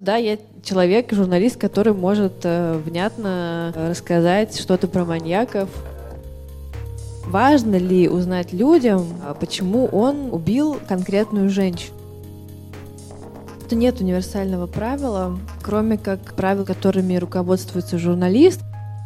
Да, я человек, журналист, который может внятно рассказать что-то про маньяков. Важно ли узнать людям, почему он убил конкретную женщину? Нет универсального правила, кроме как правил, которыми руководствуется журналист.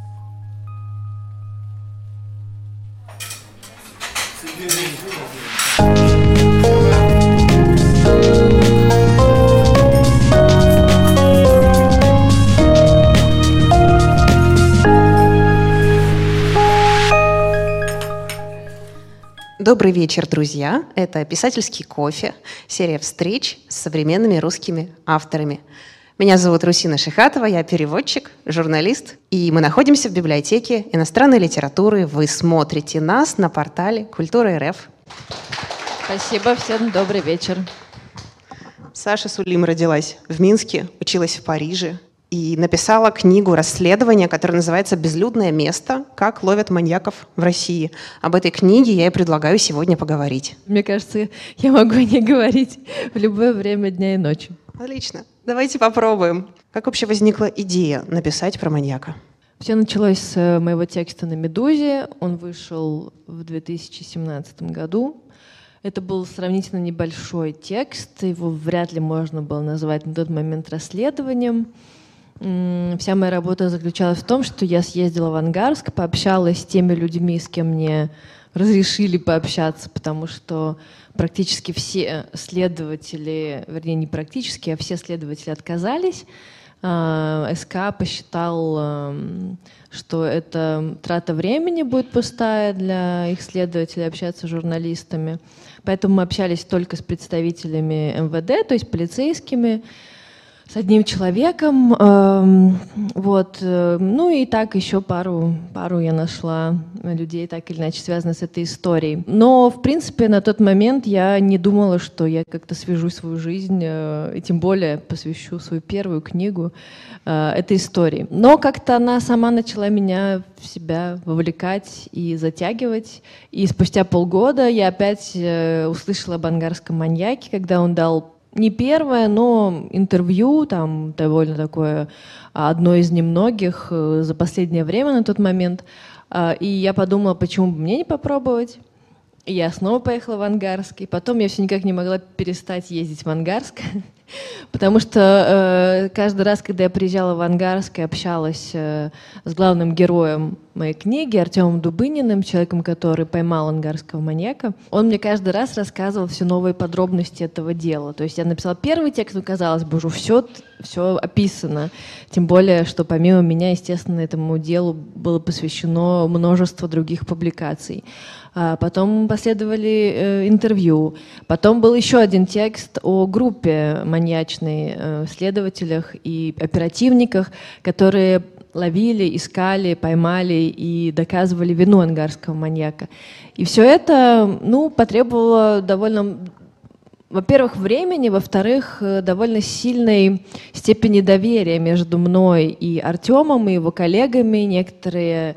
Добрый вечер, друзья! Это «Писательский кофе», серия встреч с современными русскими авторами. Меня зовут Русина Шихатова, я переводчик, журналист, и мы находимся в библиотеке иностранной литературы. Вы смотрите нас на портале Культура.рф. Спасибо, всем добрый вечер. Саша Сулим родилась в Минске, училась в Париже и написала книгу расследования, которая называется «Безлюдное место. Как ловят маньяков в России». Об этой книге я и предлагаю сегодня поговорить. Мне кажется, я могу не говорить в любое время дня и ночи. Отлично. Давайте попробуем. Как вообще возникла идея написать про маньяка? Все началось с моего текста на «Медузе». Он вышел в 2017 году. Это был сравнительно небольшой текст. Его вряд ли можно было назвать на тот момент расследованием. Вся моя работа заключалась в том, что я съездила в Ангарск, пообщалась с теми людьми, с кем мне разрешили пообщаться, потому что практически все следователи, вернее, не практически, а все следователи отказались. СК посчитал, что это трата времени будет пустая для их следователей общаться с журналистами. Поэтому мы общались только с представителями МВД, то есть полицейскими, с одним человеком, ну и так еще пару я нашла людей, так или иначе связанных с этой историей. Но, в принципе, на тот момент я не думала, что я как-то свяжу свою жизнь, и тем более посвящу свою первую книгу этой истории. Но как-то она сама начала меня в себя вовлекать и затягивать. И спустя полгода я опять услышала об ангарском маньяке, когда он дал не первое, но интервью, там довольно такое, одно из немногих за последнее время на тот момент. И я подумала, почему бы мне не попробовать. И я снова поехала в Ангарск. И потом я все никак не могла перестать ездить в Ангарск. Потому что каждый раз, когда я приезжала в Ангарск и общалась с главным героем моей книги, Артемом Дубыниным, человеком, который поймал ангарского маньяка, он мне каждый раз рассказывал все новые подробности этого дела. То есть я написала первый текст, но казалось бы, уже все описано. Тем более, что помимо меня, естественно, этому делу было посвящено множество других публикаций. Потом последовали интервью. Потом был еще один текст о группе маньячной, следователях и оперативниках, которые ловили, искали, поймали и доказывали вину ангарского маньяка. И все это, потребовало довольно, во-первых, времени, во-вторых, довольно сильной степени доверия между мной и Артемом, и его коллегами. Некоторые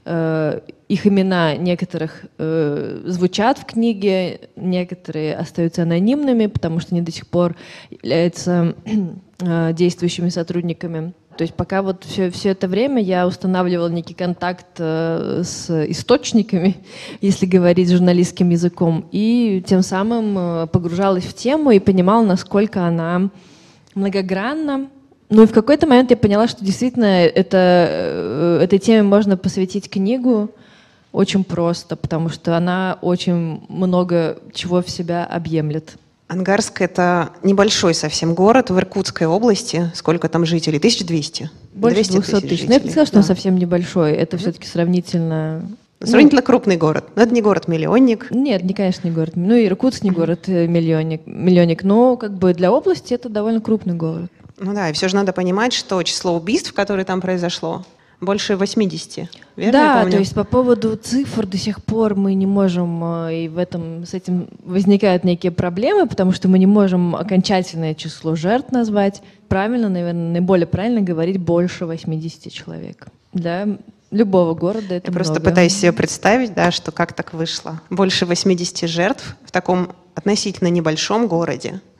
их имена некоторых звучат в книге, некоторые остаются анонимными, потому что они до сих пор являются действующими сотрудниками. То есть пока вот все это время я устанавливала некий контакт с источниками, если говорить журналистским языком, и тем самым погружалась в тему и понимала, насколько она многогранна. Ну и в какой-то момент я поняла, что действительно этой теме можно посвятить книгу очень просто, потому что она очень много чего в себя объемлет. Ангарск — это небольшой совсем город в Иркутской области. Сколько там жителей? 1200? Больше 200 тысяч. Но я бы сказала, что он совсем небольшой. Это все-таки сравнительно... Сравнительно крупный город. Но это не город-миллионник. Нет, конечно, не город. Ну, и Иркутск не город-миллионник. Но как бы для области это довольно крупный город. Ну да, и все же надо понимать, что число убийств, которое там произошло, больше 80. Верно да, я помню? То есть по поводу цифр до сих пор мы не можем, и с этим возникают некие проблемы, потому что мы не можем окончательное число жертв назвать. Правильно, наверное, наиболее правильно говорить больше 80 человек. Для любого города это Я много. просто пытаюсь себе представить, да, что как так вышло. Больше 80 жертв в таком относительно небольшом городе.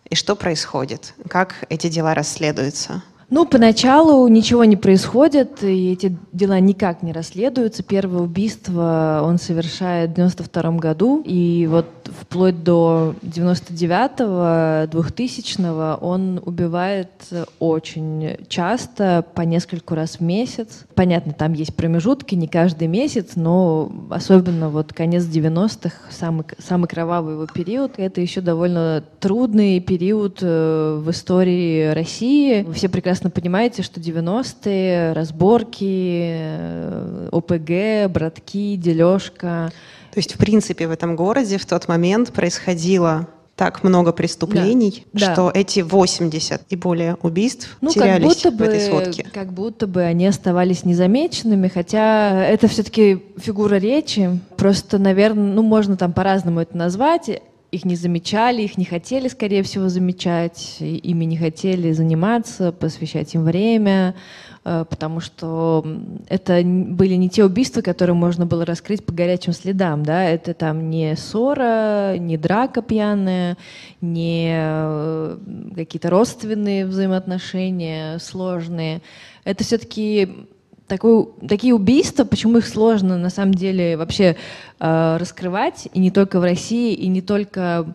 И что происходит? Как эти дела расследуются? Ну, поначалу ничего не происходит, и эти дела никак не расследуются. Первое убийство он совершает в 92 году, и вот вплоть до 99-го, 2000-го он убивает очень часто, по нескольку раз в месяц. Понятно, там есть промежутки, не каждый месяц, но особенно вот конец 90-х, самый кровавый его период, это еще довольно трудный период в истории России. Все прекрасно понимаете, что 90-е, разборки, ОПГ, братки, дележка. То есть, в принципе, в этом городе в тот момент происходило так много преступлений, да, что да. эти 80 и более убийств терялись в этой сводке. Как будто бы они оставались незамеченными, хотя это все-таки фигура речи. Просто, наверное, можно там по-разному это назвать. Их не замечали, их не хотели, скорее всего, замечать, ими не хотели заниматься, посвящать им время, потому что это были не те убийства, которые можно было раскрыть по горячим следам, да, это там не ссора, не драка пьяная, не какие-то родственные взаимоотношения сложные. Это все-таки такие убийства, почему их сложно на самом деле вообще раскрывать, и не только в России, и не только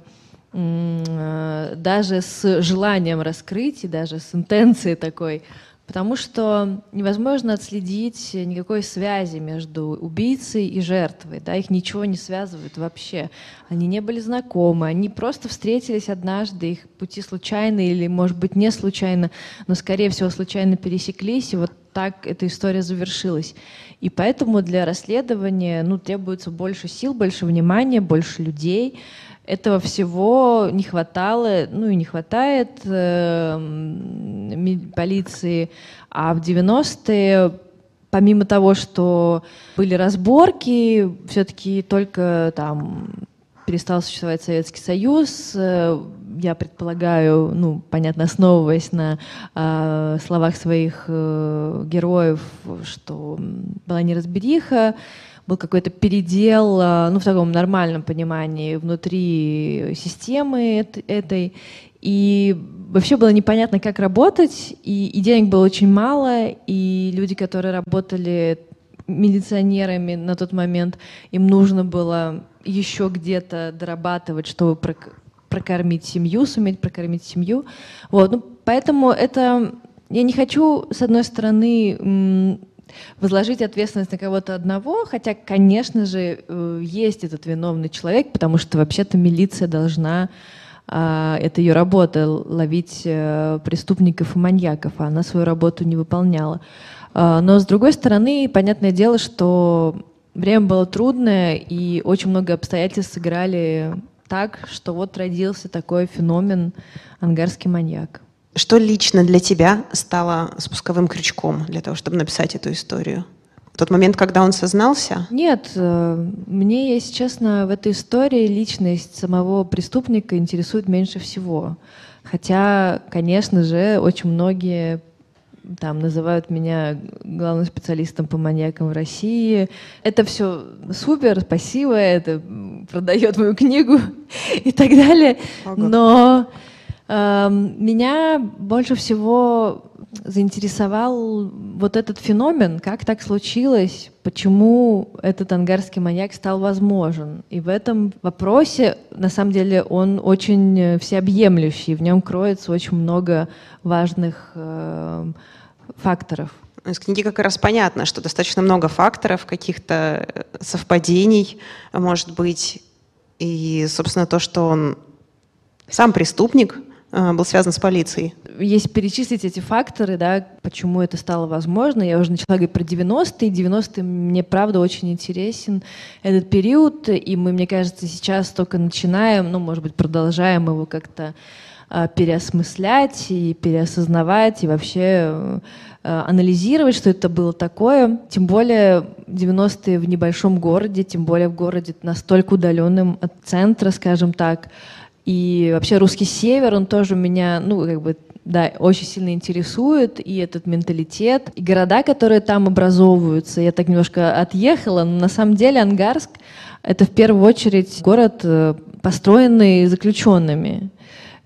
даже с желанием раскрыть, и даже с интенцией такой, потому что невозможно отследить никакой связи между убийцей и жертвой, да, их ничего не связывает вообще. Они не были знакомы, они просто встретились однажды, их пути случайно или, может быть, не случайно, но, скорее всего, случайно пересеклись, и вот так эта история завершилась. И поэтому для расследования требуется больше сил, больше внимания, больше людей. Этого всего не хватало, и не хватает полиции. А в 90-е, помимо того, что были разборки, все-таки только там перестал существовать Советский Союз, я предполагаю, понятно, основываясь на словах своих героев, что была неразбериха, был какой-то передел, в таком нормальном понимании, внутри системы этой. И вообще было непонятно, как работать, и денег было очень мало, и люди, которые работали милиционерами на тот момент, им нужно было еще где-то дорабатывать, чтобы прокормить семью, суметь прокормить семью. Поэтому это... Я не хочу, с одной стороны, возложить ответственность на кого-то одного, хотя, конечно же, есть этот виновный человек, потому что вообще-то милиция должна, это ее работа, ловить преступников и маньяков, а она свою работу не выполняла. Но, с другой стороны, понятное дело, что время было трудное, и очень много обстоятельств сыграли так, что вот родился такой феномен «Ангарский маньяк». Что лично для тебя стало спусковым крючком для того, чтобы написать эту историю? В тот момент, когда он сознался? Нет, мне, если честно, в этой истории личность самого преступника интересует меньше всего. Хотя, конечно же, очень многие там называют меня главным специалистом по маньякам в России. Это все супер, спасибо, это продает мою книгу и так далее. Но меня больше всего заинтересовал вот этот феномен, как так случилось, почему этот ангарский маньяк стал возможен. И в этом вопросе, на самом деле, он очень всеобъемлющий, в нем кроется очень много важных факторов. Из книги как раз понятно, что достаточно много факторов, каких-то совпадений, может быть, и, собственно, то, что он сам преступник, был связан с полицией. Если перечислить эти факторы, да, почему это стало возможно, я уже начала говорить про 90-е. 90-е мне, правда, очень интересен этот период, и мы, мне кажется, сейчас только начинаем, может быть, продолжаем его как-то переосмыслять и переосознавать, и вообще анализировать, что это было такое. Тем более 90-е в небольшом городе, тем более в городе настолько удаленном от центра, скажем так. И вообще русский север, он тоже меня, очень сильно интересует, и этот менталитет, и города, которые там образовываются. Я так немножко отъехала, но на самом деле Ангарск — это в первую очередь город, построенный заключенными.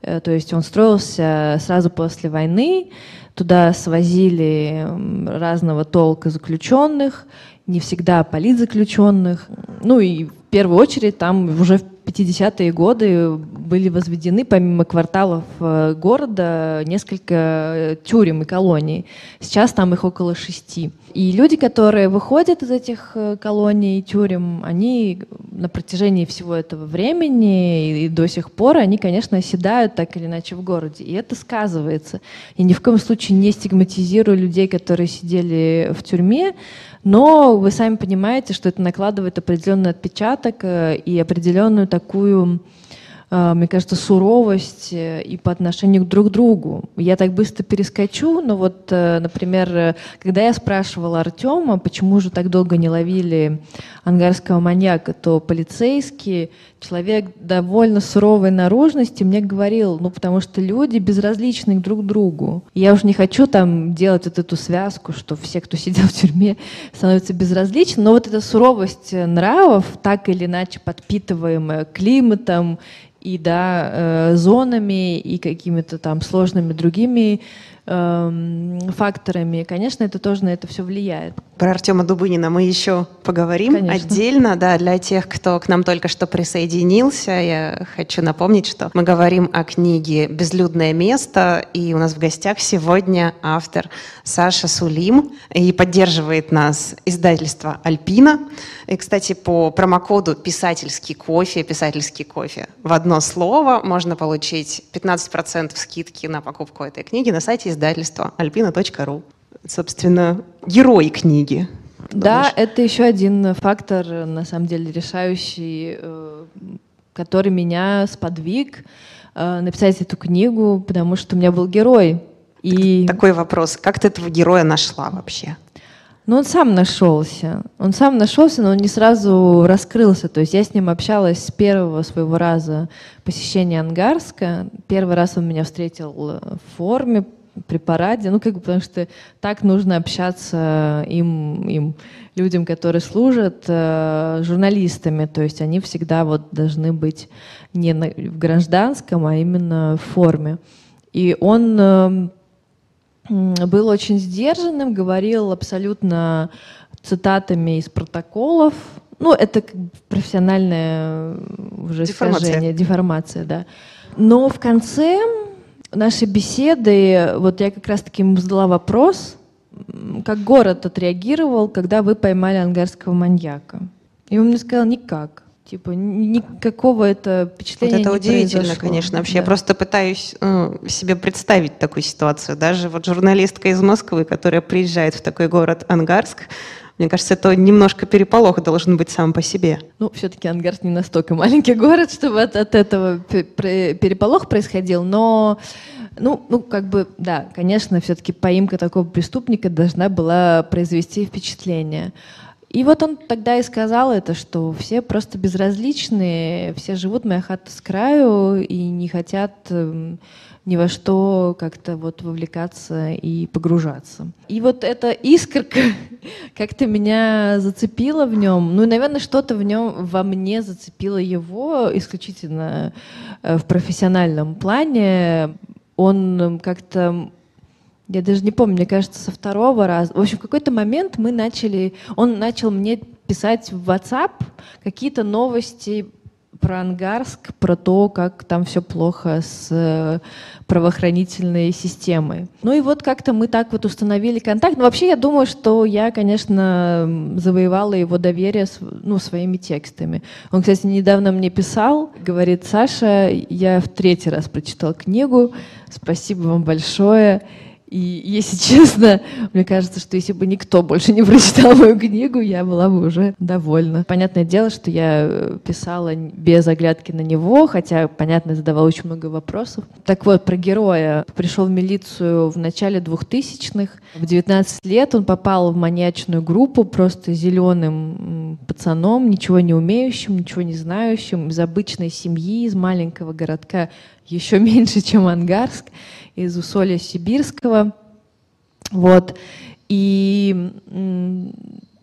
То есть он строился сразу после войны, туда свозили разного толка заключенных, не всегда политзаключенных. Ну и в первую очередь там уже в 50-е годы были возведены помимо кварталов города несколько тюрем и колоний. Сейчас там их около 6. И люди, которые выходят из этих колоний и тюрем, они на протяжении всего этого времени и до сих пор, они, конечно, оседают так или иначе в городе. И это сказывается. Я ни в коем случае не стигматизирую людей, которые сидели в тюрьме, но вы сами понимаете, что это накладывает определенный отпечаток и определенную такую, мне кажется, суровость и по отношению друг к другу. Я так быстро перескочу, но вот, например, когда я спрашивала Артема, почему же так долго не ловили ангарского маньяка, то полицейский, человек довольно суровой наружности, мне говорил, потому что люди безразличны друг к другу. Я уже не хочу там делать вот эту связку, что все, кто сидел в тюрьме, становятся безразличны, но вот эта суровость нравов, так или иначе подпитываемая климатом и зонами и какими-то там сложными другими факторами, конечно, это тоже на это все влияет. Про Артема Дубынина мы еще поговорим. Конечно. Отдельно, да, для тех, кто к нам только что присоединился. Я хочу напомнить, что мы говорим о книге «Безлюдное место», и у нас в гостях сегодня автор Саша Сулим, и поддерживает нас издательство «Альпина». И, кстати, по промокоду «Писательский кофе» в одно слово можно получить 15% скидки на покупку этой книги на сайте издательства alpina.ru. Собственно, герой книги. Да, это еще один фактор, на самом деле, решающий, который меня сподвиг написать эту книгу, потому что у меня был герой. И... Такой вопрос. Как ты этого героя нашла вообще? Он сам нашелся. Он сам нашелся, но он не сразу раскрылся. То есть я с ним общалась с первого своего раза посещения Ангарска. Первый раз он меня встретил в форме, при параде, потому что так нужно общаться им людям, которые служат журналистами, то есть они всегда должны быть не в гражданском, а именно в форме. И он был очень сдержанным, говорил абсолютно цитатами из протоколов. Это профессиональное уже искажение, деформация, да. Но в конце нашей беседы я как раз-таки ему задала вопрос, как город отреагировал, когда вы поймали ангарского маньяка. И он мне сказал, никак. Никакого это впечатления не произошло. Это удивительно, конечно. Вообще, да. Я просто пытаюсь себе представить такую ситуацию. Даже журналистка из Москвы, которая приезжает в такой город Ангарск, мне кажется, это немножко переполох должен быть сам по себе. Все-таки Ангарск не настолько маленький город, чтобы от этого переполох происходил, но, да, конечно, все-таки поимка такого преступника должна была произвести впечатление. И он тогда и сказал это, что все просто безразличны, все живут моя хата с краю и не хотят ни во что как-то вовлекаться и погружаться. И эта искорка как-то меня зацепила в нем. Наверное, что-то во мне зацепило его исключительно в профессиональном плане. Он как-то... Я даже не помню, мне кажется, со второго раза. В общем, в какой-то момент он начал мне писать в WhatsApp какие-то новости про Ангарск, про то, как там все плохо с правоохранительной системой. И как-то мы так установили контакт. Но вообще я думаю, что я, конечно, завоевала его доверие своими текстами. Он, кстати, недавно мне писал, говорит: Саша, я в 3-й раз прочитал книгу, спасибо вам большое. И, если честно, мне кажется, что если бы никто больше не прочитал мою книгу, я была бы уже довольна. Понятное дело, что я писала без оглядки на него, хотя, понятно, задавала очень много вопросов. Так про героя. Пришел в милицию в начале 2000-х. В 19 лет он попал в маньячную группу просто зеленым пацаном, ничего не умеющим, ничего не знающим, из обычной семьи, из маленького городка, еще меньше, чем Ангарск, из Усолья Сибирского. И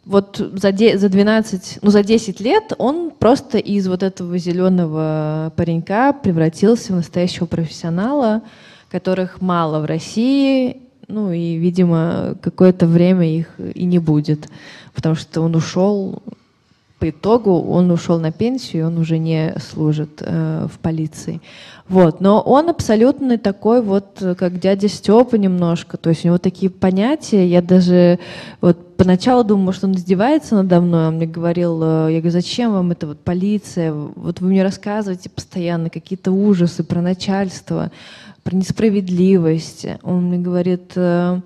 вот за 12, за 10 лет он просто из вот этого зеленого паренька превратился в настоящего профессионала, которых мало в России, и, видимо, какое-то время их и не будет, потому что он ушел, по итогу он ушел на пенсию, и он уже не служит в полиции. Вот. Но он абсолютно такой вот, как дядя Степа немножко, то есть у него такие понятия, я даже вот поначалу думала, что он издевается надо мной, он мне говорил, я говорю, зачем вам это вот полиция, вот вы мне рассказываете постоянно какие-то ужасы про начальство, про несправедливость. Он мне говорит,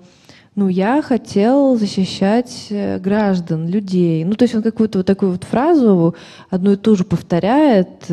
я хотел защищать граждан, людей. То есть он какую-то вот такую вот фразу одну и ту же повторяет,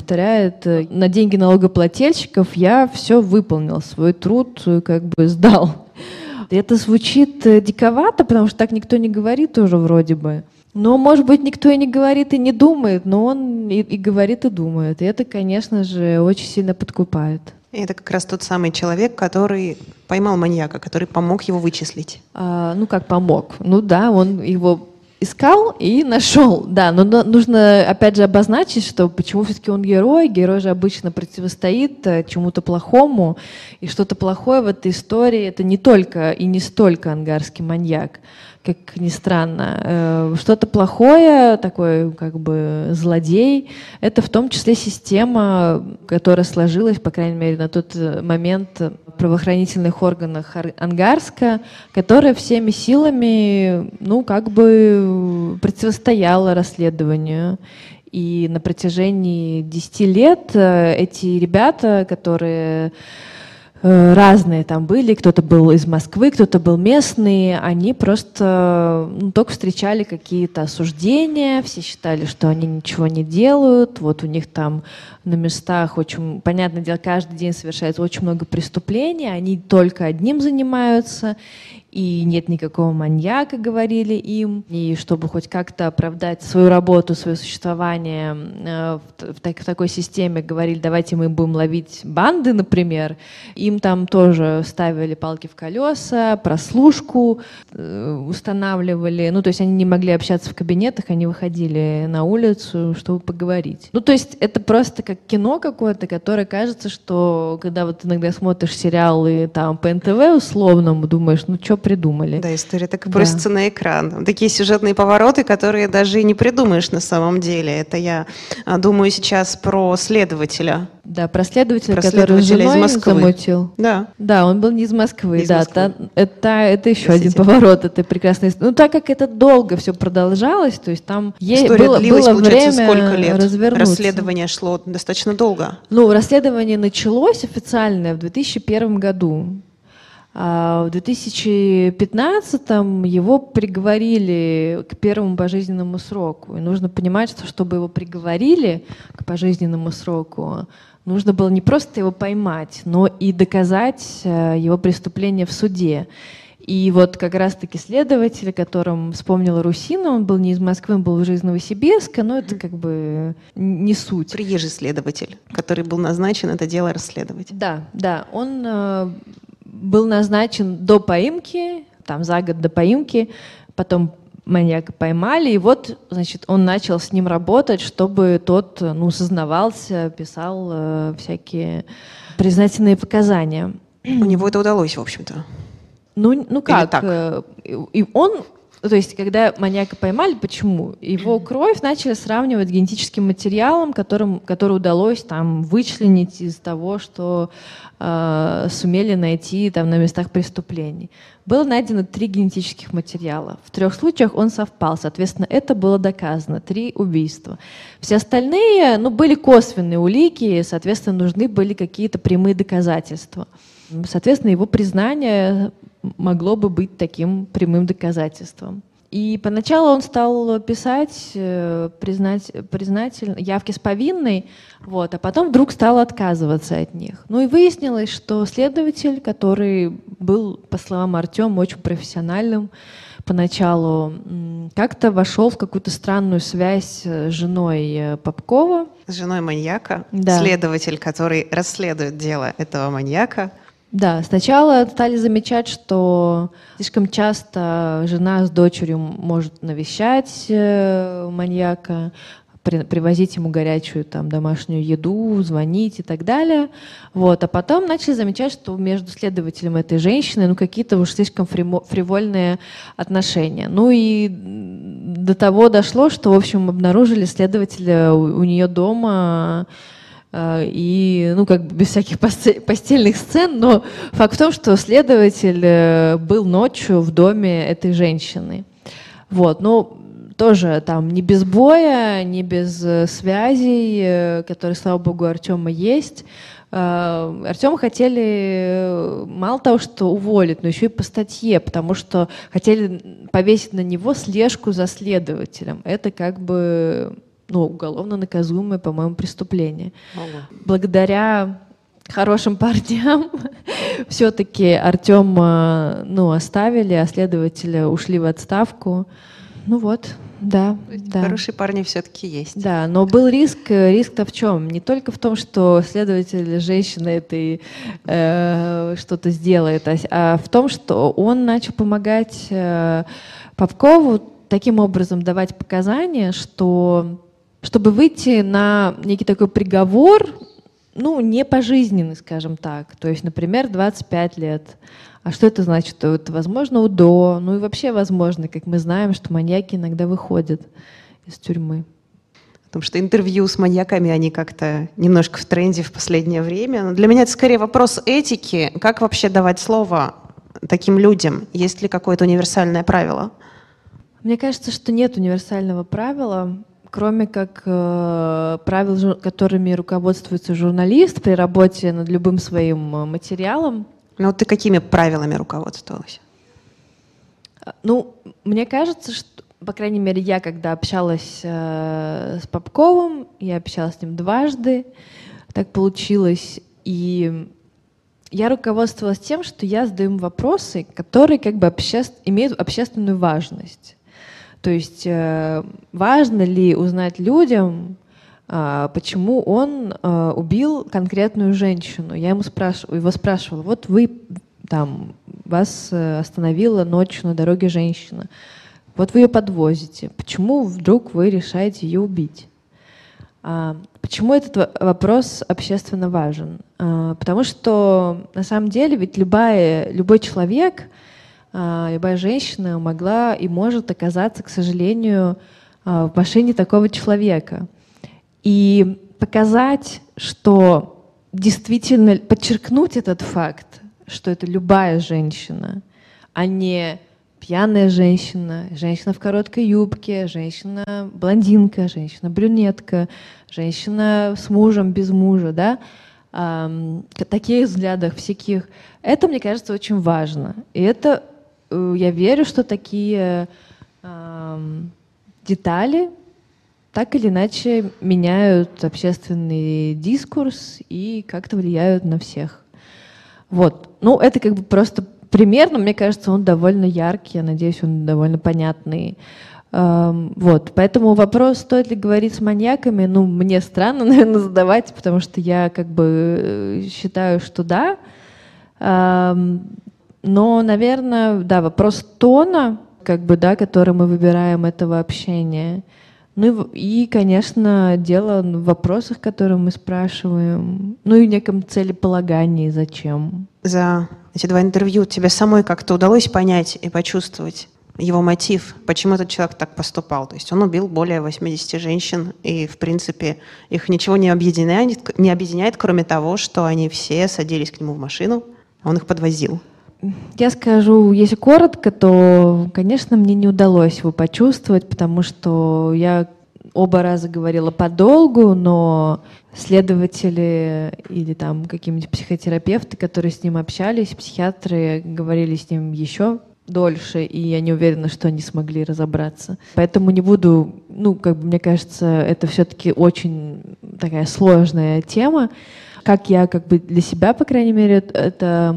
на деньги налогоплательщиков я все выполнил, свой труд как бы сдал. И это звучит диковато, потому что так никто не говорит уже вроде бы. Но, может быть, никто и не говорит, и не думает, но он и говорит, и думает. И это, конечно же, очень сильно подкупает. И это как раз тот самый человек, который поймал маньяка, который помог его вычислить. Как помог? Он его искал и нашел. Да, но нужно, опять же, обозначить, что почему все-таки он герой. Герой же обычно противостоит чему-то плохому. И что-то плохое в этой истории — это не только и не столько ангарский маньяк, как ни странно. Что-то плохое, такой как бы злодей, это в том числе система, которая сложилась, по крайней мере, на тот момент в правоохранительных органах Ангарска, которая всеми силами, противостояла расследованию. И на протяжении 10 лет эти ребята, которые разные там были, кто-то был из Москвы, кто-то был местный, они просто только встречали какие-то осуждения, все считали, что они ничего не делают, вот у них там на местах очень, понятное дело, каждый день совершается очень много преступлений, они только одним занимаются, и нет никакого маньяка, говорили им. И чтобы хоть как-то оправдать свою работу, свое существование в такой системе, говорили, давайте мы будем ловить банды, например. Им там тоже ставили палки в колеса, прослушку устанавливали. То есть они не могли общаться в кабинетах, они выходили на улицу, чтобы поговорить. То есть это просто как кино какое-то, которое кажется, что когда вот иногда смотришь сериалы там по НТВ условному, думаешь, что придумали. Да, история так и просится на экран. Такие сюжетные повороты, которые даже и не придумаешь на самом деле. Это я думаю сейчас про следователя. Да, про следователя, который с женой замутил. Да. Да, он был не из Москвы. Это еще один поворот этой прекрасной истории. Так как это долго все продолжалось, то есть там было время сколько лет? развернуться. Расследование шло достаточно долго. Расследование началось официально в 2001 году. А в 2015-м его приговорили к первому пожизненному сроку. И нужно понимать, что чтобы его приговорили к пожизненному сроку, нужно было не просто его поймать, но и доказать его преступление в суде. И вот как раз-таки следователь, о котором вспомнила Русина, он был не из Москвы, он был уже из Новосибирска, но это как бы не суть. Приезжий следователь, который был назначен это дело расследовать. Да, он был назначен до поимки, там за год до поимки, потом маньяка поймали, и вот, значит, он начал с ним работать, чтобы тот, сознавался, писал всякие признательные показания. У него это удалось, в общем-то. Как? И он, то есть, когда маньяка поймали, почему? Его кровь начали сравнивать с генетическим материалом, который удалось там вычленить из того, что сумели найти там на местах преступлений. Было найдено 3 генетических материала. В 3 случаях он совпал. Соответственно, это было доказано. 3 убийства. Все остальные, были косвенные улики, соответственно, нужны были какие-то прямые доказательства. Соответственно, его признание могло бы быть таким прямым доказательством. И поначалу он стал писать признательно явки с повинной, а потом вдруг стал отказываться от них. И выяснилось, что следователь, который был, по словам Артема, очень профессиональным поначалу, как-то вошел в какую-то странную связь с женой Попкова. С женой маньяка. Да. Следователь, который расследует дело этого маньяка, Да, сначала стали замечать, что слишком часто жена с дочерью может навещать маньяка, привозить ему горячую там домашнюю еду, звонить и так далее. Вот. А потом начали замечать, что между следователем и этой женщиной какие-то уж слишком фривольные отношения. Ну и до того дошло, что, в общем, обнаружили следователя у нее дома, и, как бы без всяких постельных сцен, но факт в том, что следователь был ночью в доме этой женщины. Вот, тоже там не без боя, не без связей, которые, слава богу, у Артема есть. Артема хотели мало того, что уволить, но еще и по статье, потому что хотели повесить на него слежку за следователем. Это как бы уголовно наказуемое, по-моему, преступление. Благодаря хорошим парням все-таки Артема оставили, а следователя ушли в отставку. Да. Хорошие парни все-таки есть. Да, но был риск. Риск-то в чем? Не только в том, что следователь женщина этой что-то сделает, а в том, что он начал помогать Попкову таким образом давать показания, чтобы выйти на некий такой приговор, не пожизненный, скажем так. То есть, например, 25 лет. А что это значит? Это, возможно, УДО. И вообще возможно, как мы знаем, что маньяки иногда выходят из тюрьмы. Потому что интервью с маньяками, они как-то немножко в тренде в последнее время. Но для меня это скорее вопрос этики. Как вообще давать слово таким людям? Есть ли какое-то универсальное правило? Мне кажется, что нет универсального правила, кроме как правил, которыми руководствуется журналист при работе над любым своим материалом. Ты какими правилами руководствовалась? Мне кажется, что, по крайней мере, я, когда общалась с Попковым, я общалась с ним дважды, так получилось, и я руководствовалась тем, что я задаю им вопросы, которые как бы имеют общественную важность. То есть важно ли узнать людям, почему он убил конкретную женщину. Я его спрашивала, вот вас остановила ночью на дороге женщина, вот вы ее подвозите, почему вдруг вы решаете ее убить? Почему этот вопрос общественно важен? Потому что на самом деле ведь любой человек, любая женщина могла и может оказаться, к сожалению, в машине такого человека. И показать, что действительно подчеркнуть этот факт, что это любая женщина, а не пьяная женщина, женщина в короткой юбке, женщина-блондинка, женщина-брюнетка, женщина с мужем, без мужа, да, таких взглядах всяких. Это, мне кажется, очень важно. И это, я верю, что такие детали так или иначе меняют общественный дискурс и как-то влияют на всех. Вот. Это как бы просто пример, но мне кажется, он довольно яркий, я надеюсь, он довольно понятный. Вот. Поэтому вопрос, стоит ли говорить с маньяками, мне странно, наверное, задавать, потому что я как бы считаю, что да. Но, наверное, да, вопрос тона, как бы, да, который мы выбираем этого общения. И, конечно, дело в вопросах, которые мы спрашиваем, и в неком целеполагании, зачем. За эти 2 интервью тебе самой как-то удалось понять и почувствовать его мотив, почему этот человек так поступал? То есть он убил более 80 женщин, и, в принципе, их ничего не объединяет, кроме того, что они все садились к нему в машину, а он их подвозил. Я скажу, если коротко, то, конечно, мне не удалось его почувствовать, потому что я оба раза говорила подолгу, но следователи или там какие-нибудь психотерапевты, которые с ним общались, психиатры, говорили с ним еще дольше, и я не уверена, что они смогли разобраться. Поэтому не буду, мне кажется, это все-таки очень такая сложная тема. Как я для себя, по крайней мере, это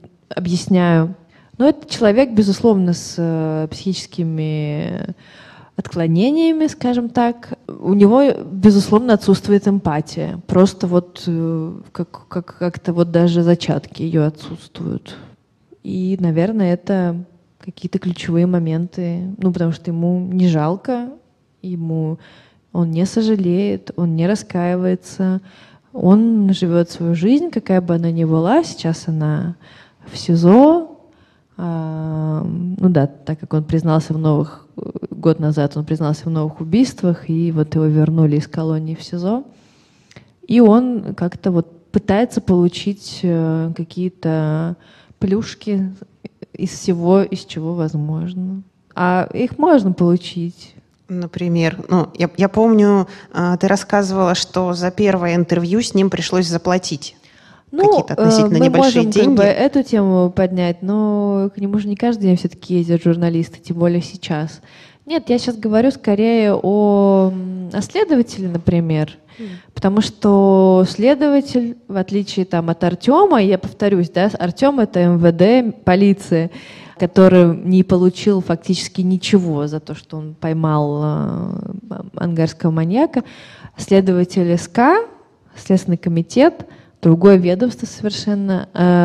объясняю. Но это человек, безусловно, с психическими отклонениями, скажем так. У него, безусловно, отсутствует эмпатия. Просто вот как-то вот даже зачатки ее отсутствуют. И, наверное, это какие-то ключевые моменты. Ну, потому что ему не жалко, он не сожалеет, он не раскаивается. Он живет свою жизнь, какая бы она ни была. Сейчас она в СИЗО. Ну да, так как он признался год назад он признался в новых убийствах, и вот его вернули из колонии в СИЗО. И он как-то вот пытается получить какие-то плюшки из всего, из чего возможно. А их можно получить. Например, я помню, ты рассказывала, что за первое интервью с ним пришлось заплатить какие-то относительно небольшие деньги. Мы можем эту тему поднять, но к нему же не каждый день все-таки ездят журналисты, тем более сейчас. Нет, я сейчас говорю скорее о следователе, например, потому что следователь, в отличие от Артема, я повторюсь, да, Артем — это МВД, полиция, который не получил фактически ничего за то, что он поймал ангарского маньяка. Следователь СК, Следственный комитет, другое ведомство совершенно,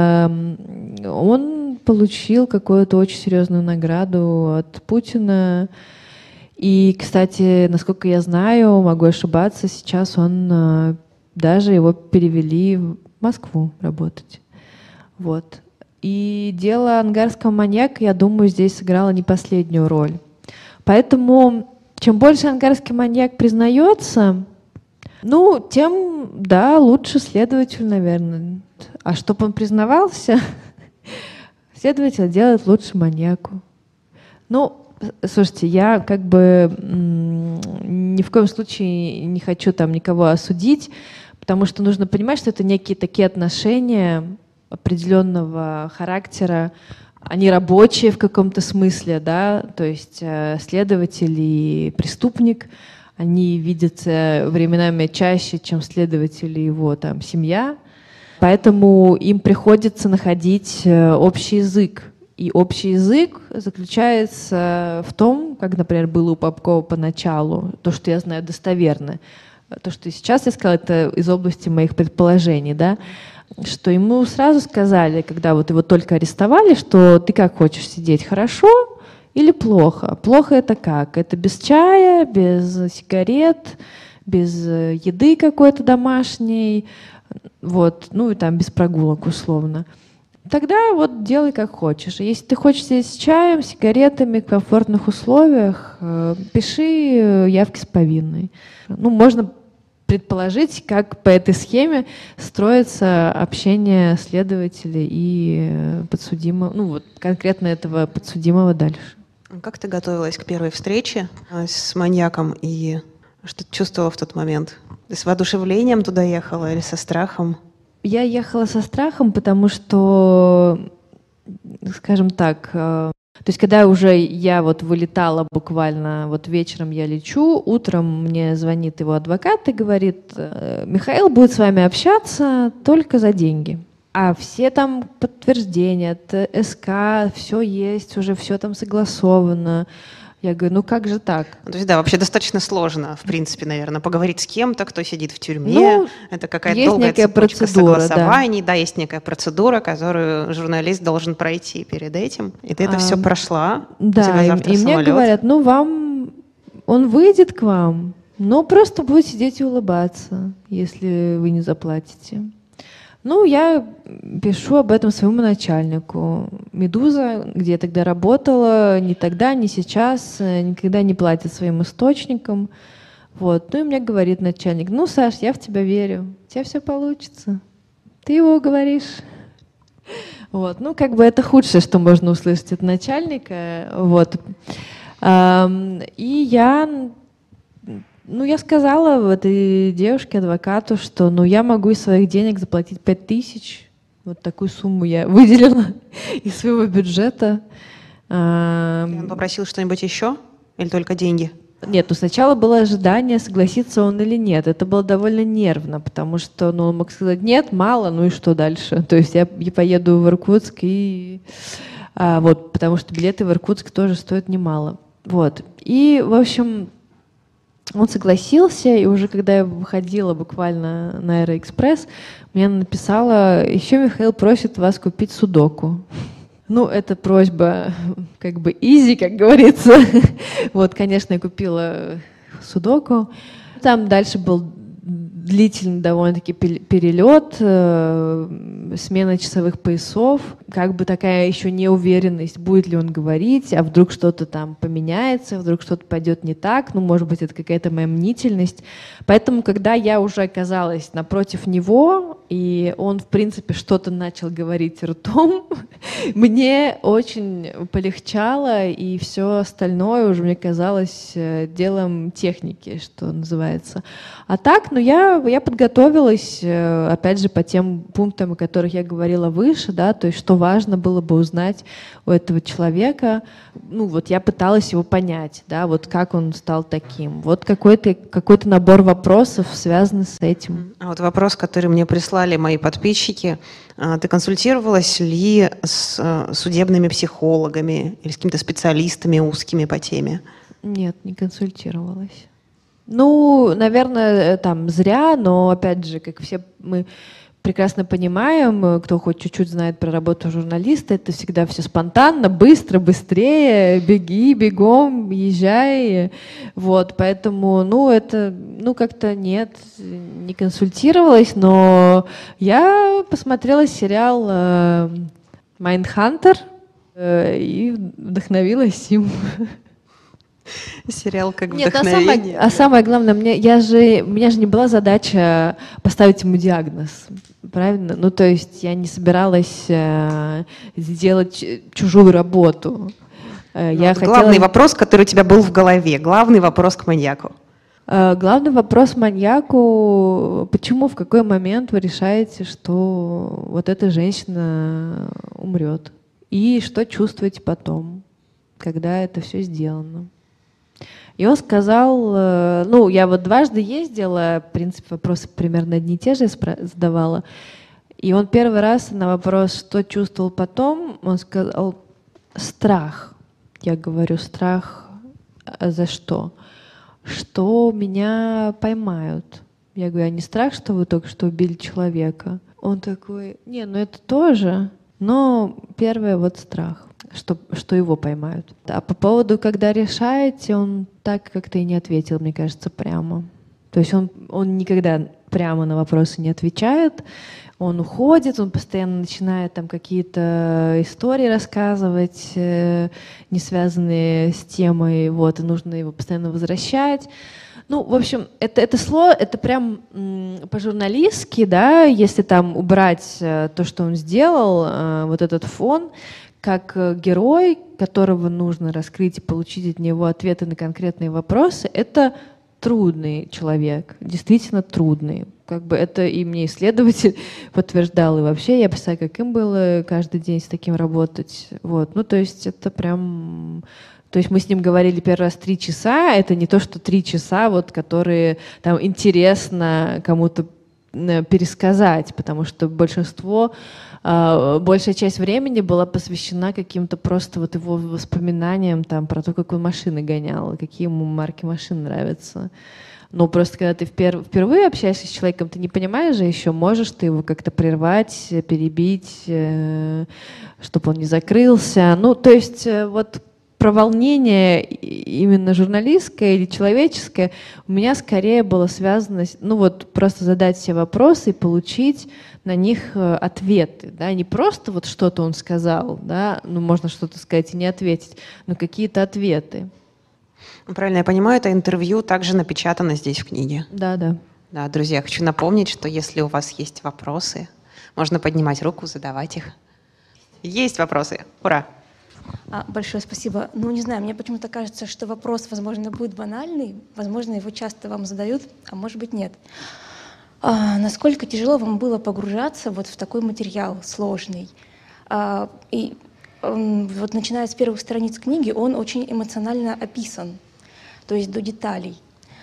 он получил какую-то очень серьезную награду от Путина. И, кстати, насколько я знаю, могу ошибаться, сейчас даже его перевели в Москву работать. Вот. И дело ангарского маньяка, я думаю, здесь сыграло не последнюю роль. Поэтому чем больше ангарский маньяк признается, тем, да, лучше следователь, наверное. А чтобы он признавался, следователь делает лучше маньяку. Слушайте, я ни в коем случае не хочу никого осудить, потому что нужно понимать, что это некие такие отношения определенного характера, они рабочие в каком-то смысле, да, то есть следователь и преступник, они видятся временами чаще, чем следователь и его семья, поэтому им приходится находить общий язык. И общий язык заключается в том, как, например, было у Попкова поначалу, то, что я знаю достоверно, то, что сейчас я сказала, это из области моих предположений, да, что ему сразу сказали, когда вот его только арестовали, что ты как хочешь сидеть, хорошо или плохо? Плохо это как? Это без чая, без сигарет, без еды какой-то домашней, вот, и без прогулок условно. Тогда вот делай как хочешь. Если ты хочешь сидеть с чаем, сигаретами, в комфортных условиях, пиши явки с повинной. Можно предположить, как по этой схеме строится общение следователя и подсудимого, конкретно этого подсудимого дальше. Как ты готовилась к первой встрече с маньяком и что ты чувствовала в тот момент? Ты с воодушевлением туда ехала или со страхом? Я ехала со страхом, потому что, скажем так, то есть когда уже я вылетала буквально, вечером я лечу, утром мне звонит его адвокат и говорит: Михаил будет с вами общаться только за деньги. А все подтверждения от СК, все есть, уже все согласовано. Я говорю, как же так? То есть, да, вообще достаточно сложно, в принципе, наверное, поговорить с кем-то, кто сидит в тюрьме. Это какая-то долгая цепочка согласований. Да, есть некая процедура, которую журналист должен пройти перед этим. И ты это все прошла. Да, и мне говорят, он выйдет к вам, но просто будет сидеть и улыбаться, если вы не заплатите. Я пишу об этом своему начальнику. «Медуза», где я тогда работала, ни тогда, ни сейчас, никогда не платит своим источникам. И мне говорит начальник: Саш, я в тебя верю, у тебя все получится. Ты его уговоришь. Это худшее, что можно услышать от начальника. И я сказала этой девушке, адвокату, что я могу из своих денег заплатить 5000. Вот такую сумму я выделила из своего бюджета. Он попросил что-нибудь еще или только деньги? Нет, сначала было ожидание, согласится он или нет. Это было довольно нервно, потому что он мог сказать: нет, мало, и что дальше? То есть я поеду в Иркутск, потому что билеты в Иркутск тоже стоят немало. Вот. И, в общем, он согласился, и уже когда я выходила буквально на Аэроэкспресс, мне написала: еще Михаил просит вас купить судоку. Ну, это просьба как бы easy, как говорится. Вот, конечно, я купила судоку. Там дальше был длительный довольно-таки перелет, смена часовых поясов, как бы такая еще неуверенность, будет ли он говорить, а вдруг что-то там поменяется, вдруг что-то пойдет не так, ну, может быть, это какая-то моя мнительность. Поэтому, когда я уже оказалась напротив него, и он, в принципе, что-то начал говорить ртом, мне очень полегчало, и все остальное уже мне казалось делом техники, что называется. А так, ну, я подготовилась, опять же, по тем пунктам, о которых я говорила выше, да, то есть что важно было бы узнать у этого человека. Ну, вот я пыталась его понять, да, вот как он стал таким. Вот какой-то набор вопросов, связанный с этим. А вот вопрос, который мне прислали мои подписчики. Ты консультировалась ли с судебными психологами или с какими-то специалистами узкими по теме? Нет, не консультировалась. Ну, наверное, там зря, но, опять же, как все мы прекрасно понимаем, кто хоть чуть-чуть знает про работу журналиста, это всегда все спонтанно, быстро, быстрее, беги, бегом, езжай. Вот, поэтому, ну, это, ну, как-то нет, не консультировалась, но я посмотрела сериал «Майндхантер» и вдохновилась им. Сериал как Нет, вдохновение. А самое главное, у меня же не была задача поставить ему диагноз, правильно? Ну, то есть я не собиралась сделать чужую работу. Главный вопрос, который у тебя был в голове, главный вопрос к маньяку. Главный вопрос маньяку: почему, в какой момент вы решаете, что вот эта женщина умрет? И что чувствуете потом, когда это все сделано? И он сказал, ну, я вот дважды ездила, в принципе, вопросы примерно одни и те же задавала. И он первый раз на вопрос, что чувствовал потом, он сказал: страх. Я говорю: страх за что? Что меня поймают. Я говорю: а не страх, что вы только что убили человека? Он такой: не, ну это тоже, но первое вот страх. Что его поймают. А по поводу, когда решаете, он так как-то и не ответил, мне кажется, прямо. То есть он никогда прямо на вопросы не отвечает, он уходит, он постоянно начинает там какие-то истории рассказывать, не связанные с темой, вот, и нужно его постоянно возвращать. Ну, в общем, это прям по-журналистски, да, если там убрать то, что он сделал, вот этот фон, как герой, которого нужно раскрыть и получить от него ответы на конкретные вопросы, это трудный человек, действительно трудный. Как бы это и мне исследователь подтверждал, и вообще я представляю, как им было каждый день с таким работать. Вот. Ну, то есть это прям... То есть мы с ним говорили первый раз 3 часа, это не то, что 3 часа, вот, которые там интересно кому-то пересказать, потому что большая часть времени была посвящена каким-то просто вот его воспоминаниям там, про то, как он машины гонял, какие ему марки машин нравятся. Но просто когда ты впервые общаешься с человеком, ты не понимаешь же еще, можешь ты его как-то прервать, перебить, чтобы он не закрылся. Ну, то есть вот про волнение именно журналистское или человеческое у меня скорее было связано, ну вот просто задать все вопросы и получить на них ответы, да, не просто вот что-то он сказал, да, ну можно что-то сказать и не ответить, но какие-то ответы. Правильно я понимаю, это интервью также напечатано здесь в книге? Да, да. Да, друзья, хочу напомнить, что если у вас есть вопросы, можно поднимать руку, задавать их. Есть вопросы. Ура! Большое спасибо. Ну, не знаю, мне почему-то кажется, что вопрос, возможно, будет банальный, возможно, его часто вам задают, а может быть, нет. Насколько тяжело вам было погружаться вот в такой материал сложный? И вот начиная с первых страниц книги, он очень эмоционально описан, то есть до деталей.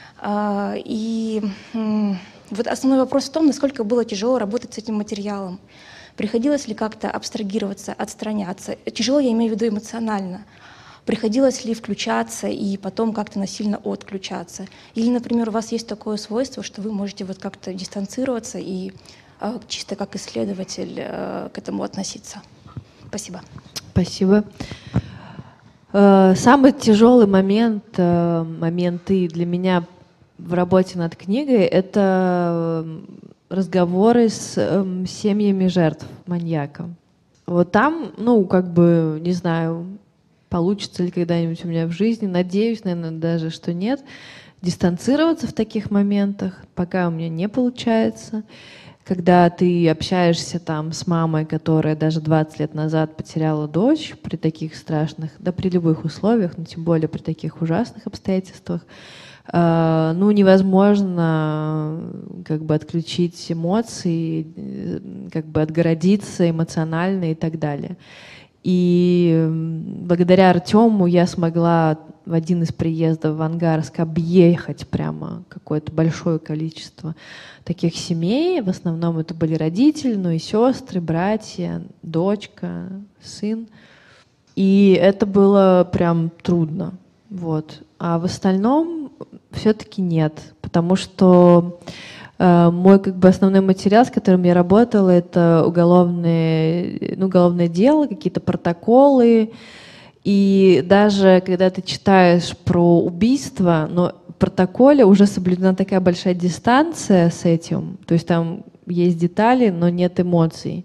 И вот основной вопрос в том, насколько было тяжело работать с этим материалом. Приходилось ли как-то абстрагироваться, отстраняться? Тяжело, я имею в виду эмоционально. Приходилось ли включаться и потом как-то насильно отключаться? Или, например, у вас есть такое свойство, что вы можете вот как-то дистанцироваться и чисто как исследователь к этому относиться? Спасибо. Спасибо. Самый тяжелый моменты для меня в работе над книгой — это разговоры с семьями жертв маньяка. Вот там, не знаю, получится ли когда-нибудь у меня в жизни, надеюсь, наверное, даже, что нет, дистанцироваться в таких моментах, пока у меня не получается. Когда ты общаешься там с мамой, которая даже 20 лет назад потеряла дочь при таких страшных, да при любых условиях, но тем более при таких ужасных обстоятельствах, невозможно как бы отключить эмоции, как бы отгородиться эмоционально и так далее. И благодаря Артему я смогла в один из приездов в Ангарск объехать прямо какое-то большое количество таких семей. В основном это были родители, но и сестры, братья, дочка, сын. И это было прям трудно. Вот. А в остальном все-таки нет, потому что мой как бы основной материал, с которым я работала, это уголовное дело, какие-то протоколы. И даже когда ты читаешь про убийство, но в протоколе уже соблюдена такая большая дистанция с этим, то есть там есть детали, но нет эмоций.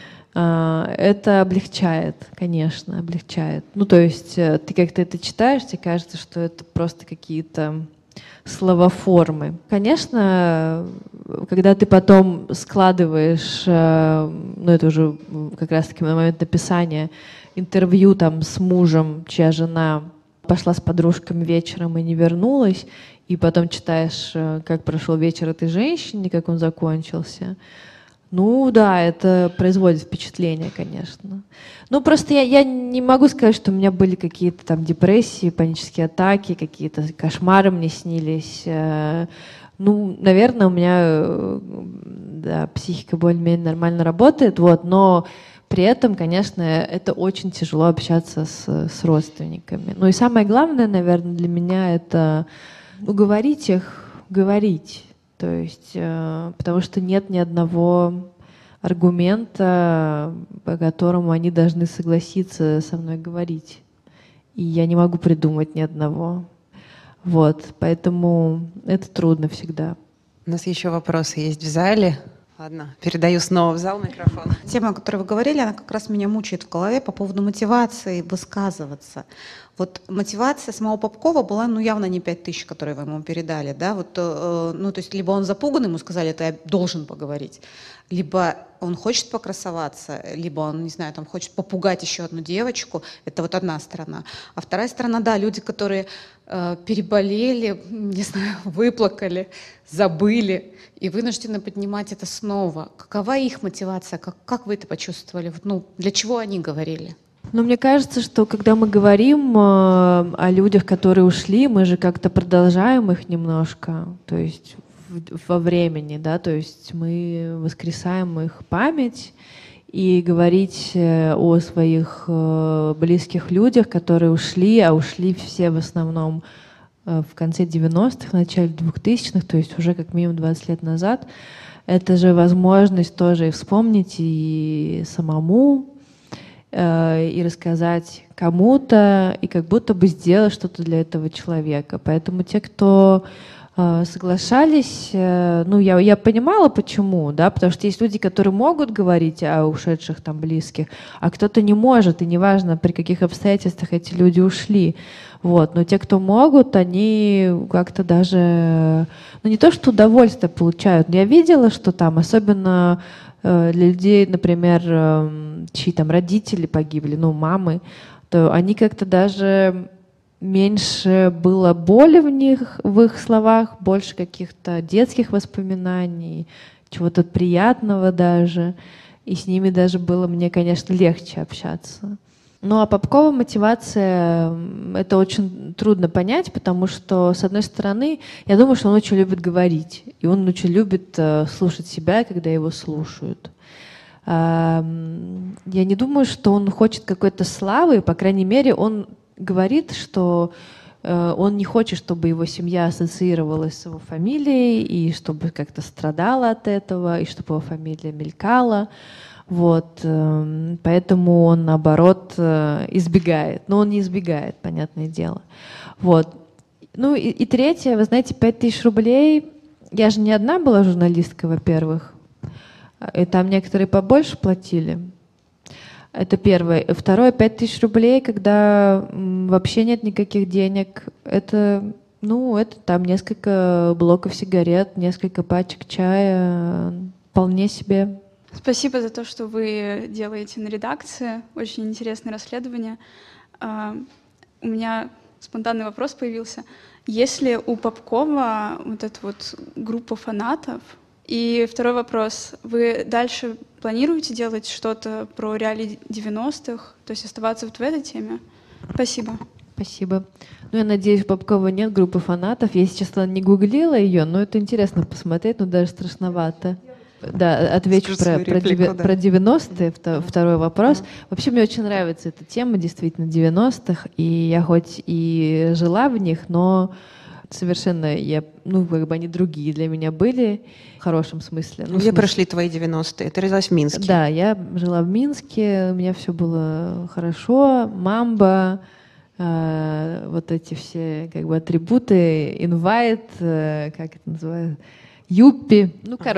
Это облегчает, конечно, облегчает. То есть ты как-то это читаешь, тебе кажется, что это просто какие-то словоформы. Конечно, когда ты потом складываешь, это уже как раз-таки на момент написания, интервью там с мужем, чья жена пошла с подружками вечером и не вернулась, и потом читаешь, как прошел вечер этой женщины, как он закончился. Да, это производит впечатление, конечно. Просто я не могу сказать, что у меня были какие-то там депрессии, панические атаки, какие-то кошмары мне снились. Наверное, у меня психика более-менее нормально работает, но при этом, конечно, это очень тяжело общаться с родственниками. И самое главное, наверное, для меня — это уговорить их говорить. То есть, потому что нет ни одного аргумента, по которому они должны согласиться со мной говорить. И я не могу придумать ни одного. Поэтому это трудно всегда. У нас еще вопросы есть в зале. Ладно, передаю снова в зал микрофон. Тема, о которой вы говорили, она как раз меня мучает в голове по поводу мотивации высказываться. Мотивация самого Попкова была, явно не 5000, которые вы ему передали, да, то есть либо он запуган, ему сказали, ты должен поговорить, либо он хочет покрасоваться, либо он, не знаю, там хочет попугать еще одну девочку, это одна сторона. А вторая сторона, да, люди, которые переболели, не знаю, выплакали, забыли и вынуждены поднимать это снова. Какова их мотивация? Как вы это почувствовали? Для чего они говорили? Мне кажется, что когда мы говорим о людях, которые ушли, мы же как-то продолжаем их немножко, то есть во времени, да, то есть мы воскресаем их память, и говорить о своих близких людях, которые ушли, а ушли все в основном в конце 90-х, в начале 2000-х, то есть уже как минимум 20 лет назад, это же возможность тоже и вспомнить и самому, и рассказать кому-то, и как будто бы сделать что-то для этого человека. Поэтому те, кто соглашались, я понимала, почему, да, потому что есть люди, которые могут говорить о ушедших там близких, а кто-то не может, и неважно, при каких обстоятельствах эти люди ушли. Но те, кто могут, они как-то даже, не то что удовольствие получают, но я видела, что там, особенно для людей, например, чьи там родители погибли, мамы, то они как-то даже меньше было боли в их словах, больше каких-то детских воспоминаний, чего-то приятного даже. И с ними даже было мне, конечно, легче общаться. А Попкова мотивация — это очень трудно понять, потому что, с одной стороны, я думаю, что он очень любит говорить, и он очень любит слушать себя, когда его слушают. Я не думаю, что он хочет какой-то славы, по крайней мере, он говорит, что он не хочет, чтобы его семья ассоциировалась с его фамилией, и чтобы как-то страдала от этого, и чтобы его фамилия мелькала. Вот, поэтому он, наоборот, избегает. Но он не избегает, понятное дело. Вот. Ну и третье, вы знаете, 5000 рублей. Я же не одна была журналисткой, во-первых. И там некоторые побольше платили. Это первое. Второе, 5000 рублей, когда вообще нет никаких денег. Это там несколько блоков сигарет, несколько пачек чая. Вполне себе. Спасибо за то, что вы делаете на редакции. Очень интересное расследование. У меня спонтанный вопрос появился. Есть ли у Попкова вот эта вот группа фанатов? И второй вопрос. Вы дальше планируете делать что-то про реалии 90-х? То есть оставаться вот в этой теме? Спасибо. Спасибо. Ну, я надеюсь, у Попкова нет группы фанатов. Я, если честно, не гуглила ее, но это интересно посмотреть, но даже страшновато. Да, отвечу про 90-е, второй вопрос. Вообще мне очень нравится эта тема, действительно, 90-х, и я хоть и жила в них, но совершенно они другие для меня были, в хорошем смысле. Где прошли твои 90-е? Ты родилась в Минске? Да, я жила в Минске, у меня все было хорошо, мамба, вот эти все атрибуты, инвайт, как это называется, юппи,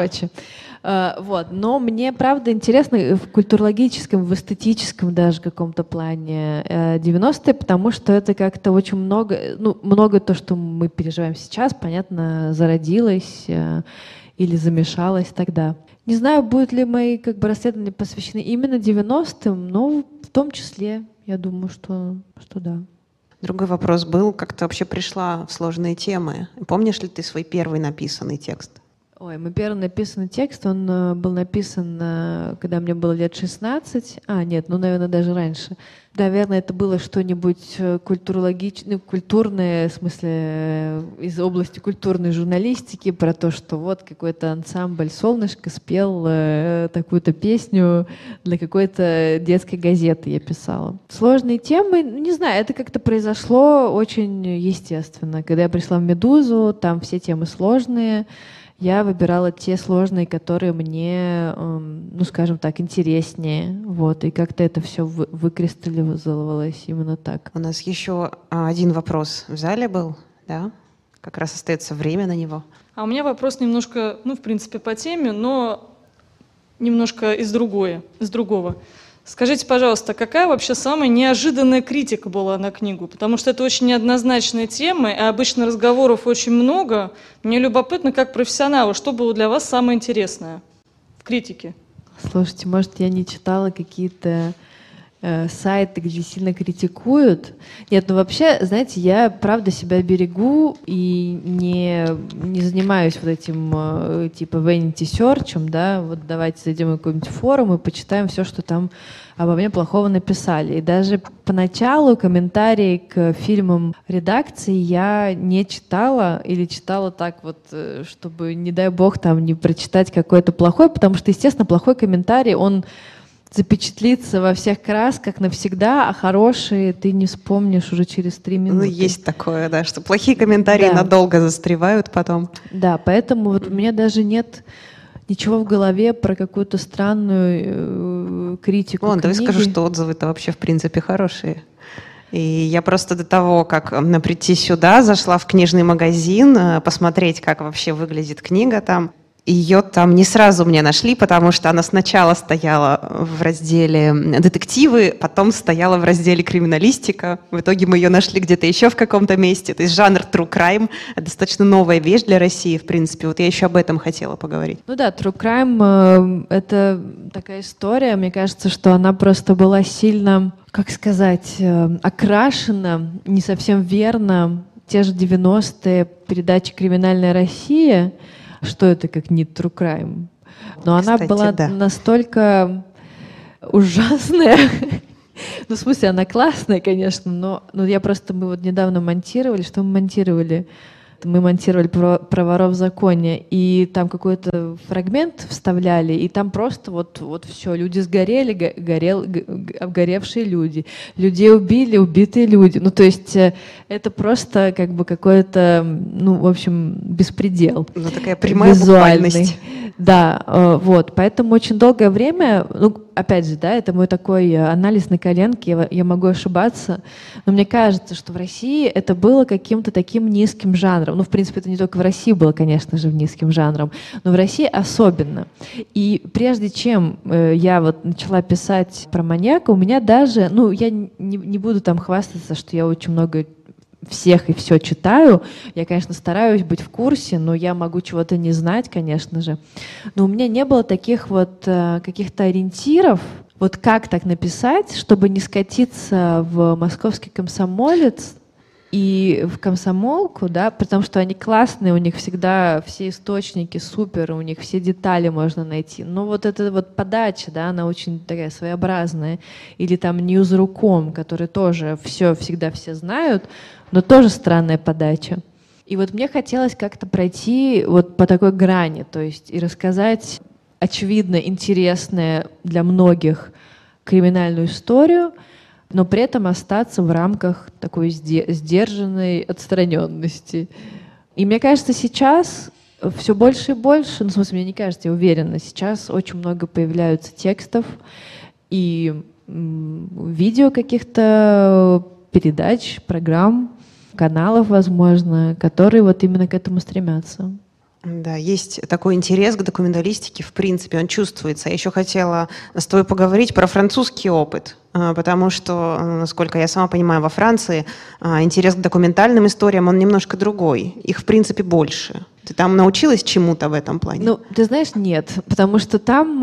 вот. Но мне, правда, интересно в культурологическом, в эстетическом даже каком-то плане 90-е, потому что это как-то очень много то, что мы переживаем сейчас, понятно, зародилось или замешалось тогда. Не знаю, будут ли мои расследования посвящены именно 90-м, но в том числе, я думаю, что да. Другой вопрос был, как ты вообще пришла в сложные темы? Помнишь ли ты свой первый написанный текст? Ой, мой первый написанный текст, он был написан, когда мне было лет 16. Наверное, даже раньше. Наверное, это было что-нибудь культурное, в смысле, из области культурной журналистики, про то, что вот какой-то ансамбль «Солнышко» спел такую-то песню для какой-то детской газеты, я писала. Сложные темы, не знаю, это как-то произошло очень естественно. Когда я пришла в «Медузу», там все темы сложные, я выбирала те сложные, которые мне, скажем так, интереснее. Вот, и как-то это все выкристаллизовалось именно так. У нас еще один вопрос в зале был, да? Как раз остается время на него. А у меня вопрос немножко, в принципе, по теме, но немножко из другого. Скажите, пожалуйста, какая вообще самая неожиданная критика была на книгу? Потому что это очень неоднозначная тема, и обычно разговоров очень много. Мне любопытно, как профессионалу, что было для вас самое интересное в критике? Слушайте, может, я не читала какие-то сайты, где сильно критикуют. Нет, вообще, знаете, я правда себя берегу и не занимаюсь вот этим типа vanity search'ем, да, вот давайте зайдем на какой-нибудь форум и почитаем все, что там обо мне плохого написали. И даже поначалу комментарии к фильмам редакции я не читала или читала так вот, чтобы, не дай бог, там не прочитать какой-то плохой, потому что, естественно, плохой комментарий, он запечатлится во всех красках навсегда, а хорошие ты не вспомнишь уже через 3 минуты. Есть такое, да, что плохие комментарии надолго застревают потом. Да, поэтому вот у меня даже нет ничего в голове про какую-то странную критику книги. Давай скажу, что отзывы-то вообще в принципе хорошие. И я просто до того, как прийти сюда, зашла в книжный магазин, посмотреть, как вообще выглядит книга там. Ее там не сразу мне нашли, потому что она сначала стояла в разделе детективы, потом стояла в разделе криминалистика. В итоге мы ее нашли где-то еще в каком-то месте. То есть жанр true crime — достаточно новая вещь для России, в принципе. Вот я еще об этом хотела поговорить. True crime — это такая история. Мне кажется, что она просто была сильно, как сказать, окрашена не совсем верно. Те же 90-е передачи «Криминальная Россия», что это как не true crime. Но кстати, она была настолько ужасная. В смысле, она классная, конечно, но мы вот недавно монтировали. Что мы монтировали? мы монтировали про воров в законе, и там какой-то фрагмент вставляли, и там просто вот все, люди сгорели, обгоревшие люди, людей убили, убитые люди. Ну, то есть это просто как бы какой-то, ну, в общем, беспредел. Ну, такая прямая визуальный. буквальность. Да, вот, поэтому очень долгое время, ну, опять же, да, это мой такой анализ на коленке, я могу ошибаться, но мне кажется, что в России это было каким-то таким низким жанром. Ну, в принципе, это не только в России было, конечно же, низким жанром, но в России особенно. И прежде чем я вот начала писать про маньяка, у меня даже, ну, я не буду там хвастаться, что я очень много всех и все читаю. Я, конечно, стараюсь быть в курсе, но я могу чего-то не знать, конечно же. Но у меня не было таких вот каких-то ориентиров, вот как так написать, чтобы не скатиться в «Московский комсомолец» и в «Комсомолку», да, потому что они классные, у них всегда все источники супер, у них все детали можно найти. Но вот эта вот подача, да, она очень такая своеобразная. Или там «Ньюзруком», который тоже всегда все знают, но тоже странная подача. И вот мне хотелось как-то пройти вот по такой грани, то есть и рассказать очевидно интересную для многих криминальную историю, но при этом остаться в рамках такой сдержанной отстраненности. И мне кажется, сейчас все больше и больше, ну, в смысле, мне не кажется, я уверена, сейчас очень много появляются текстов и видео каких-то передач, программ, каналов, возможно, которые вот именно к этому стремятся. Да, есть такой интерес к документалистике, в принципе, он чувствуется. Я еще хотела с тобой поговорить про французский опыт, потому что, насколько я сама понимаю, во Франции интерес к документальным историям, он немножко другой. Их, в принципе, больше. Ты там научилась чему-то в этом плане? Ну, ты знаешь, нет, потому что там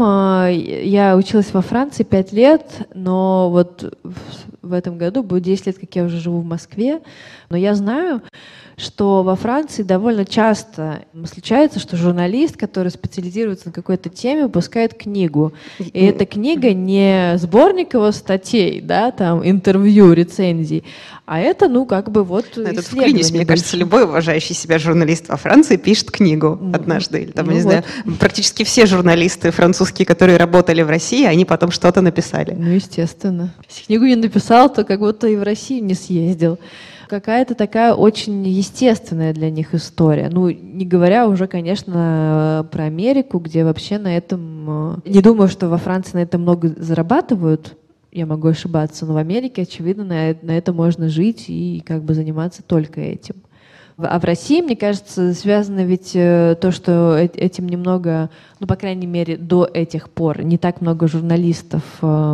я училась во Франции 5 лет, но вот в этом году будет 10 лет, как я уже живу в Москве, но я знаю, что во Франции довольно часто случается, что журналист, который специализируется на какой-то теме, выпускает книгу. И эта книга не сборник его статей, да, там, интервью, рецензий, а это, ну, как бы вот Этот вклинись, мне кажется, любой уважающий себя журналист во Франции пишет книгу однажды. Или, там, не знаю, практически все журналисты французские, которые работали в России, они потом что-то написали. Ну, естественно. Если книгу не написал, то как будто и в Россию не съездил. Какая-то такая очень естественная для них история. Ну, не говоря уже, конечно, про Америку, где вообще на этом... Не думаю, что во Франции на этом много зарабатывают, я могу ошибаться, но в Америке, очевидно, на это можно жить и как бы заниматься только этим. А в России, мне кажется, связано ведь то, что этим немного, ну, по крайней мере, до этих пор не так много журналистов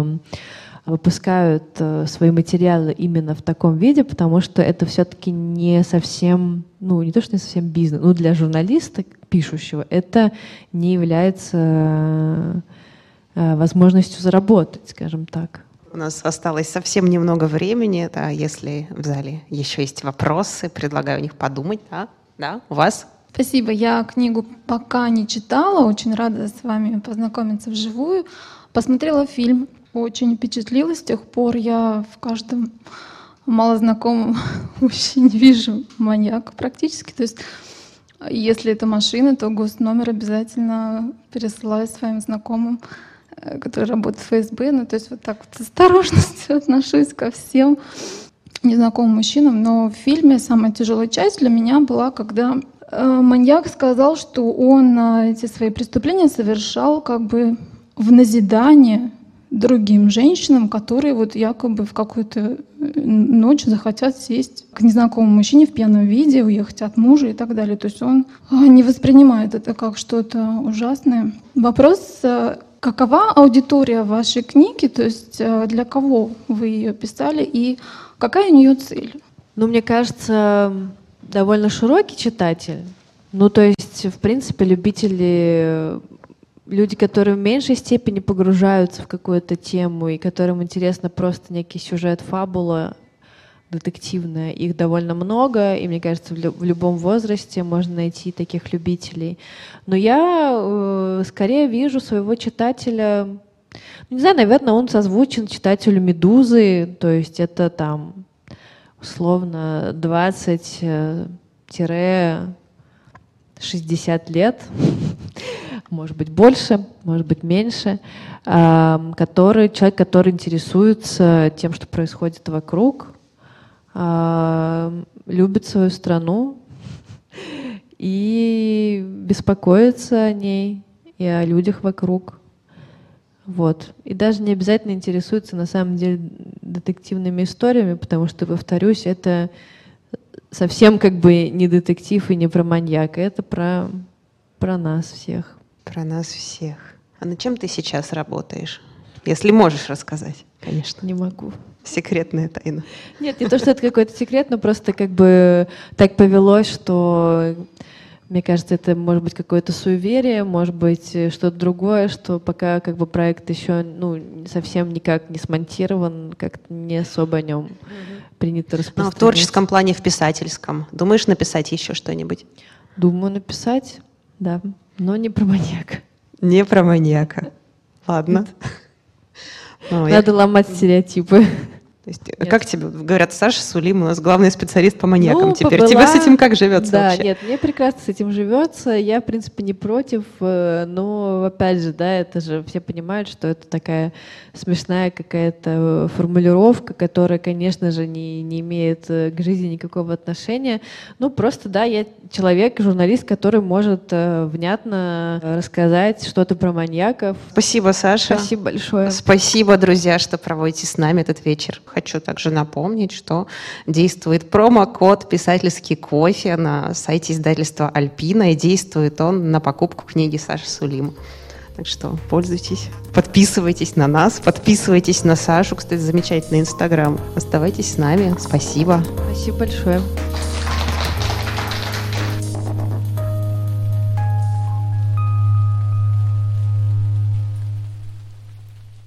выпускают свои материалы именно в таком виде, потому что это все-таки не совсем, ну, не то, что не совсем бизнес, но для журналиста, пишущего, это не является возможностью заработать, скажем так. У нас осталось совсем немного времени, да, если в зале еще есть вопросы, предлагаю о них подумать, да? Да, у вас? Спасибо. Я книгу пока не читала, очень рада с вами познакомиться вживую. Посмотрела фильм, очень впечатлилась. С тех пор я в каждом малознакомом мужчине вижу маньяка практически. То есть если это машина, то госномер обязательно пересылаю своим знакомым, которые работают в ФСБ. Ну, то есть вот так вот с осторожностью отношусь ко всем незнакомым мужчинам. Но в фильме самая тяжелая часть для меня была, когда маньяк сказал, что он эти свои преступления совершал как бы в назидание другим женщинам, которые вот якобы в какую-то ночь захотят сесть к незнакомому мужчине в пьяном виде, уехать от мужа и так далее. То есть он не воспринимает это как что-то ужасное. Вопрос: какова аудитория вашей книги, то есть для кого вы ее писали и какая у нее цель? Ну, мне кажется, довольно широкий читатель. Ну, то есть, в принципе, люди, которые в меньшей степени погружаются в какую-то тему и которым интересно просто некий сюжет, фабула детективная, их довольно много, и мне кажется, в любом возрасте можно найти таких любителей. Но я скорее вижу своего читателя, не знаю, наверное, он созвучен читателю «Медузы», то есть это там условно 20 60 лет, может быть, больше, может быть, меньше, человек, который интересуется тем, что происходит вокруг, любит свою страну и беспокоится о ней и о людях вокруг. Вот. И даже не обязательно интересуется на самом деле детективными историями, потому что, повторюсь, это совсем как бы не детектив и не про маньяка, это про нас всех. Про нас всех. А над чем ты сейчас работаешь? Если можешь рассказать, конечно. Не могу. Секретная тайна. Нет, не то, что это какой-то секрет, но просто как бы так повелось, что, мне кажется, это может быть какое-то суеверие, может быть что-то другое, что пока как бы проект еще совсем никак не смонтирован, как-то не особо о нем принято распространять. Ну, а в творческом плане, в писательском. Думаешь написать еще что-нибудь? Думаю написать, да, но не про маньяка. Не про маньяка. Ладно. Надо ломать стереотипы. То есть, как тебе говорят, Саша Сулим у нас главный специалист по маньякам теперь. Побыла. Тебе с этим как живется да, вообще? Нет, мне прекрасно с этим живется. Я, в принципе, не против, но, опять же, да, это же все понимают, что это такая смешная какая-то формулировка, которая, конечно же, не имеет к жизни никакого отношения. Ну, просто, да, я человек, журналист, который может внятно рассказать что-то про маньяков. Спасибо, Саша. Спасибо большое. Спасибо, друзья, что проводите с нами этот вечер. Хочу также напомнить, что действует промокод «Писательский кофе» на сайте издательства «Альпина», и действует он на покупку книги Саши Сулима. Так что пользуйтесь, подписывайтесь на нас, подписывайтесь на Сашу. Кстати, замечательный Инстаграм. Оставайтесь с нами. Спасибо. Спасибо большое.